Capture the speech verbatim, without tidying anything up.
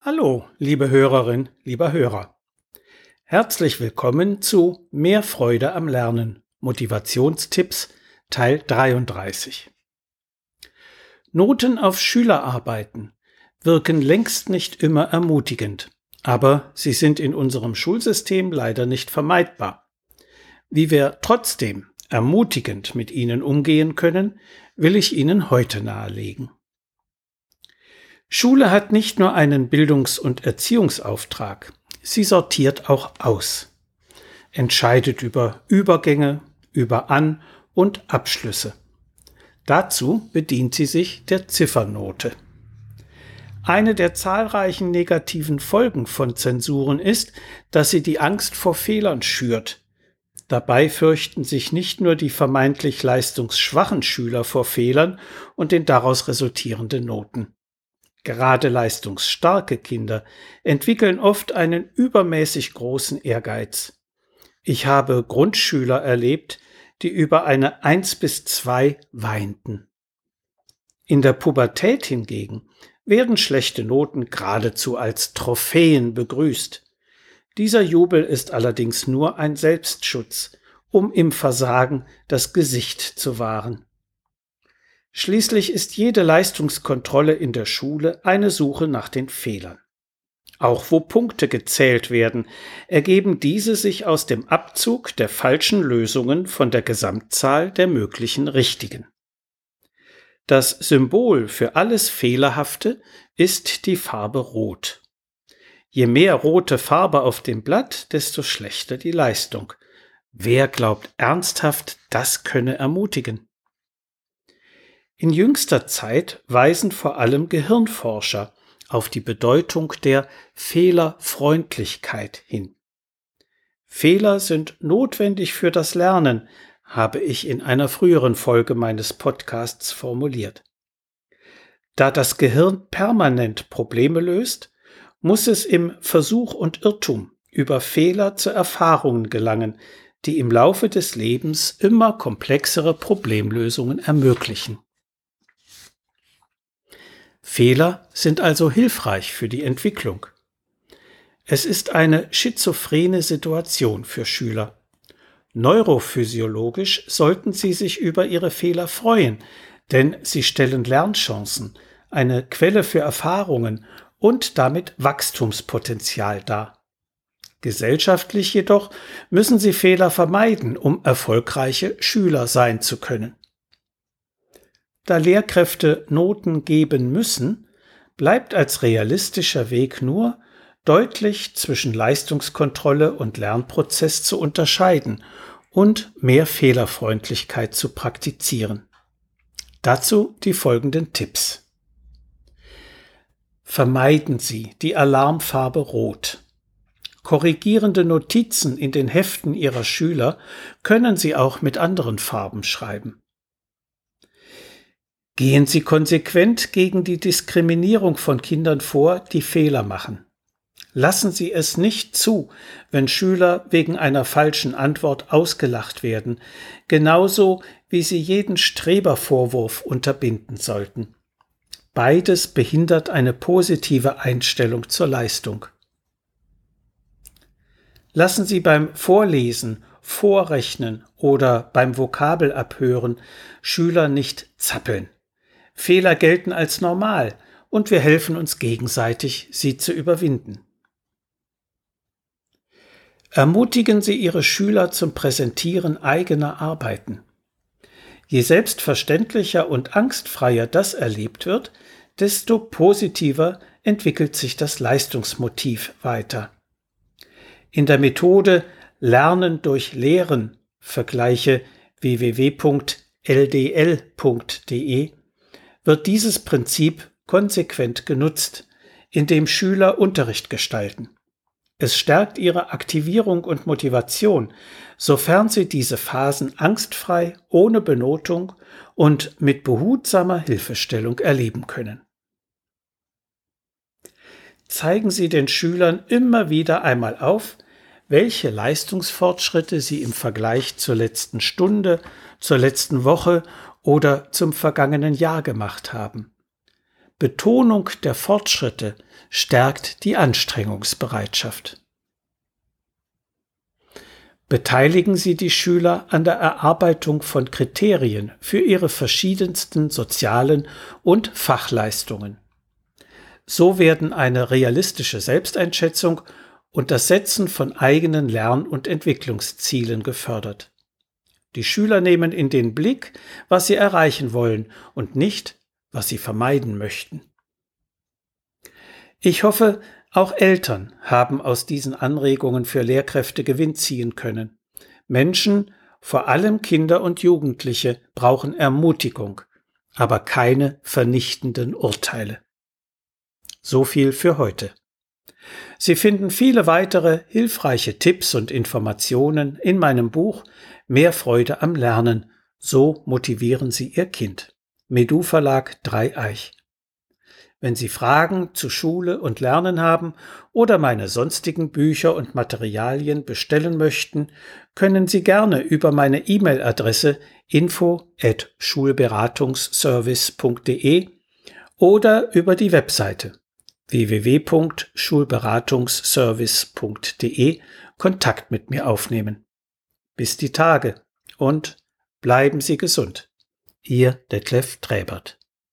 Hallo, liebe Hörerin, lieber Hörer. Herzlich willkommen zu Mehr Freude am Lernen. Motivationstipps Teil dreiunddreißig. Noten auf Schülerarbeiten wirken längst nicht immer ermutigend, aber sie sind in unserem Schulsystem leider nicht vermeidbar. Wie wir trotzdem ermutigend mit ihnen umgehen können, will ich Ihnen heute nahelegen. Schule hat nicht nur einen Bildungs- und Erziehungsauftrag, sie sortiert auch aus, entscheidet über Übergänge, über An- und Abschlüsse. Dazu bedient sie sich der Ziffernote. Eine der zahlreichen negativen Folgen von Zensuren ist, dass sie die Angst vor Fehlern schürt. Dabei fürchten sich nicht nur die vermeintlich leistungsschwachen Schüler vor Fehlern und den daraus resultierenden Noten. Gerade leistungsstarke Kinder entwickeln oft einen übermäßig großen Ehrgeiz. Ich habe Grundschüler erlebt, die über eine eins bis zwei weinten. In der Pubertät hingegen werden schlechte Noten geradezu als Trophäen begrüßt. Dieser Jubel ist allerdings nur ein Selbstschutz, um im Versagen das Gesicht zu wahren. Schließlich ist jede Leistungskontrolle in der Schule eine Suche nach den Fehlern. Auch wo Punkte gezählt werden, ergeben diese sich aus dem Abzug der falschen Lösungen von der Gesamtzahl der möglichen richtigen. Das Symbol für alles Fehlerhafte ist die Farbe Rot. Je mehr rote Farbe auf dem Blatt, desto schlechter die Leistung. Wer glaubt ernsthaft, das könne ermutigen? In jüngster Zeit weisen vor allem Gehirnforscher auf die Bedeutung der Fehlerfreundlichkeit hin. Fehler sind notwendig für das Lernen, habe ich in einer früheren Folge meines Podcasts formuliert. Da das Gehirn permanent Probleme löst, muss es im Versuch und Irrtum über Fehler zu Erfahrungen gelangen, die im Laufe des Lebens immer komplexere Problemlösungen ermöglichen. Fehler sind also hilfreich für die Entwicklung. Es ist eine schizophrene Situation für Schüler. Neurophysiologisch sollten sie sich über ihre Fehler freuen, denn sie stellen Lernchancen, eine Quelle für Erfahrungen und damit Wachstumspotenzial dar. Gesellschaftlich jedoch müssen sie Fehler vermeiden, um erfolgreiche Schüler sein zu können. Da Lehrkräfte Noten geben müssen, bleibt als realistischer Weg nur, deutlich zwischen Leistungskontrolle und Lernprozess zu unterscheiden und mehr Fehlerfreundlichkeit zu praktizieren. Dazu die folgenden Tipps. Vermeiden Sie die Alarmfarbe Rot. Korrigierende Notizen in den Heften Ihrer Schüler können Sie auch mit anderen Farben schreiben. Gehen Sie konsequent gegen die Diskriminierung von Kindern vor, die Fehler machen. Lassen Sie es nicht zu, wenn Schüler wegen einer falschen Antwort ausgelacht werden, genauso wie Sie jeden Strebervorwurf unterbinden sollten. Beides behindert eine positive Einstellung zur Leistung. Lassen Sie beim Vorlesen, Vorrechnen oder beim Vokabelabhören Schüler nicht zappeln. Fehler gelten als normal und wir helfen uns gegenseitig, sie zu überwinden. Ermutigen Sie Ihre Schüler zum Präsentieren eigener Arbeiten. Je selbstverständlicher und angstfreier das erlebt wird, desto positiver entwickelt sich das Leistungsmotiv weiter. In der Methode Lernen durch Lehren, vergleiche w w w punkt l d l punkt d e, wird dieses Prinzip konsequent genutzt, indem Schüler Unterricht gestalten. Es stärkt ihre Aktivierung und Motivation, sofern sie diese Phasen angstfrei, ohne Benotung und mit behutsamer Hilfestellung erleben können. Zeigen Sie den Schülern immer wieder einmal auf, welche Leistungsfortschritte sie im Vergleich zur letzten Stunde, zur letzten Woche oder zum vergangenen Jahr gemacht haben. Betonung der Fortschritte stärkt die Anstrengungsbereitschaft. Beteiligen Sie die Schüler an der Erarbeitung von Kriterien für ihre verschiedensten sozialen und Fachleistungen. So werden eine realistische Selbsteinschätzung und das Setzen von eigenen Lern- und Entwicklungszielen gefördert. Die Schüler nehmen in den Blick, was sie erreichen wollen und nicht, was sie vermeiden möchten. Ich hoffe, auch Eltern haben aus diesen Anregungen für Lehrkräfte Gewinn ziehen können. Menschen, vor allem Kinder und Jugendliche, brauchen Ermutigung, aber keine vernichtenden Urteile. So viel für heute. Sie finden viele weitere hilfreiche Tipps und Informationen in meinem Buch Mehr Freude am Lernen. So motivieren Sie Ihr Kind. Medu Verlag Dreieich. Wenn Sie Fragen zu Schule und Lernen haben oder meine sonstigen Bücher und Materialien bestellen möchten, können Sie gerne über meine E-Mail-Adresse info at schulberatungsservice punkt de oder über die Webseite w w w punkt schulberatungsservice punkt de Kontakt mit mir aufnehmen. Bis die Tage und bleiben Sie gesund. Ihr Detlef Träbert.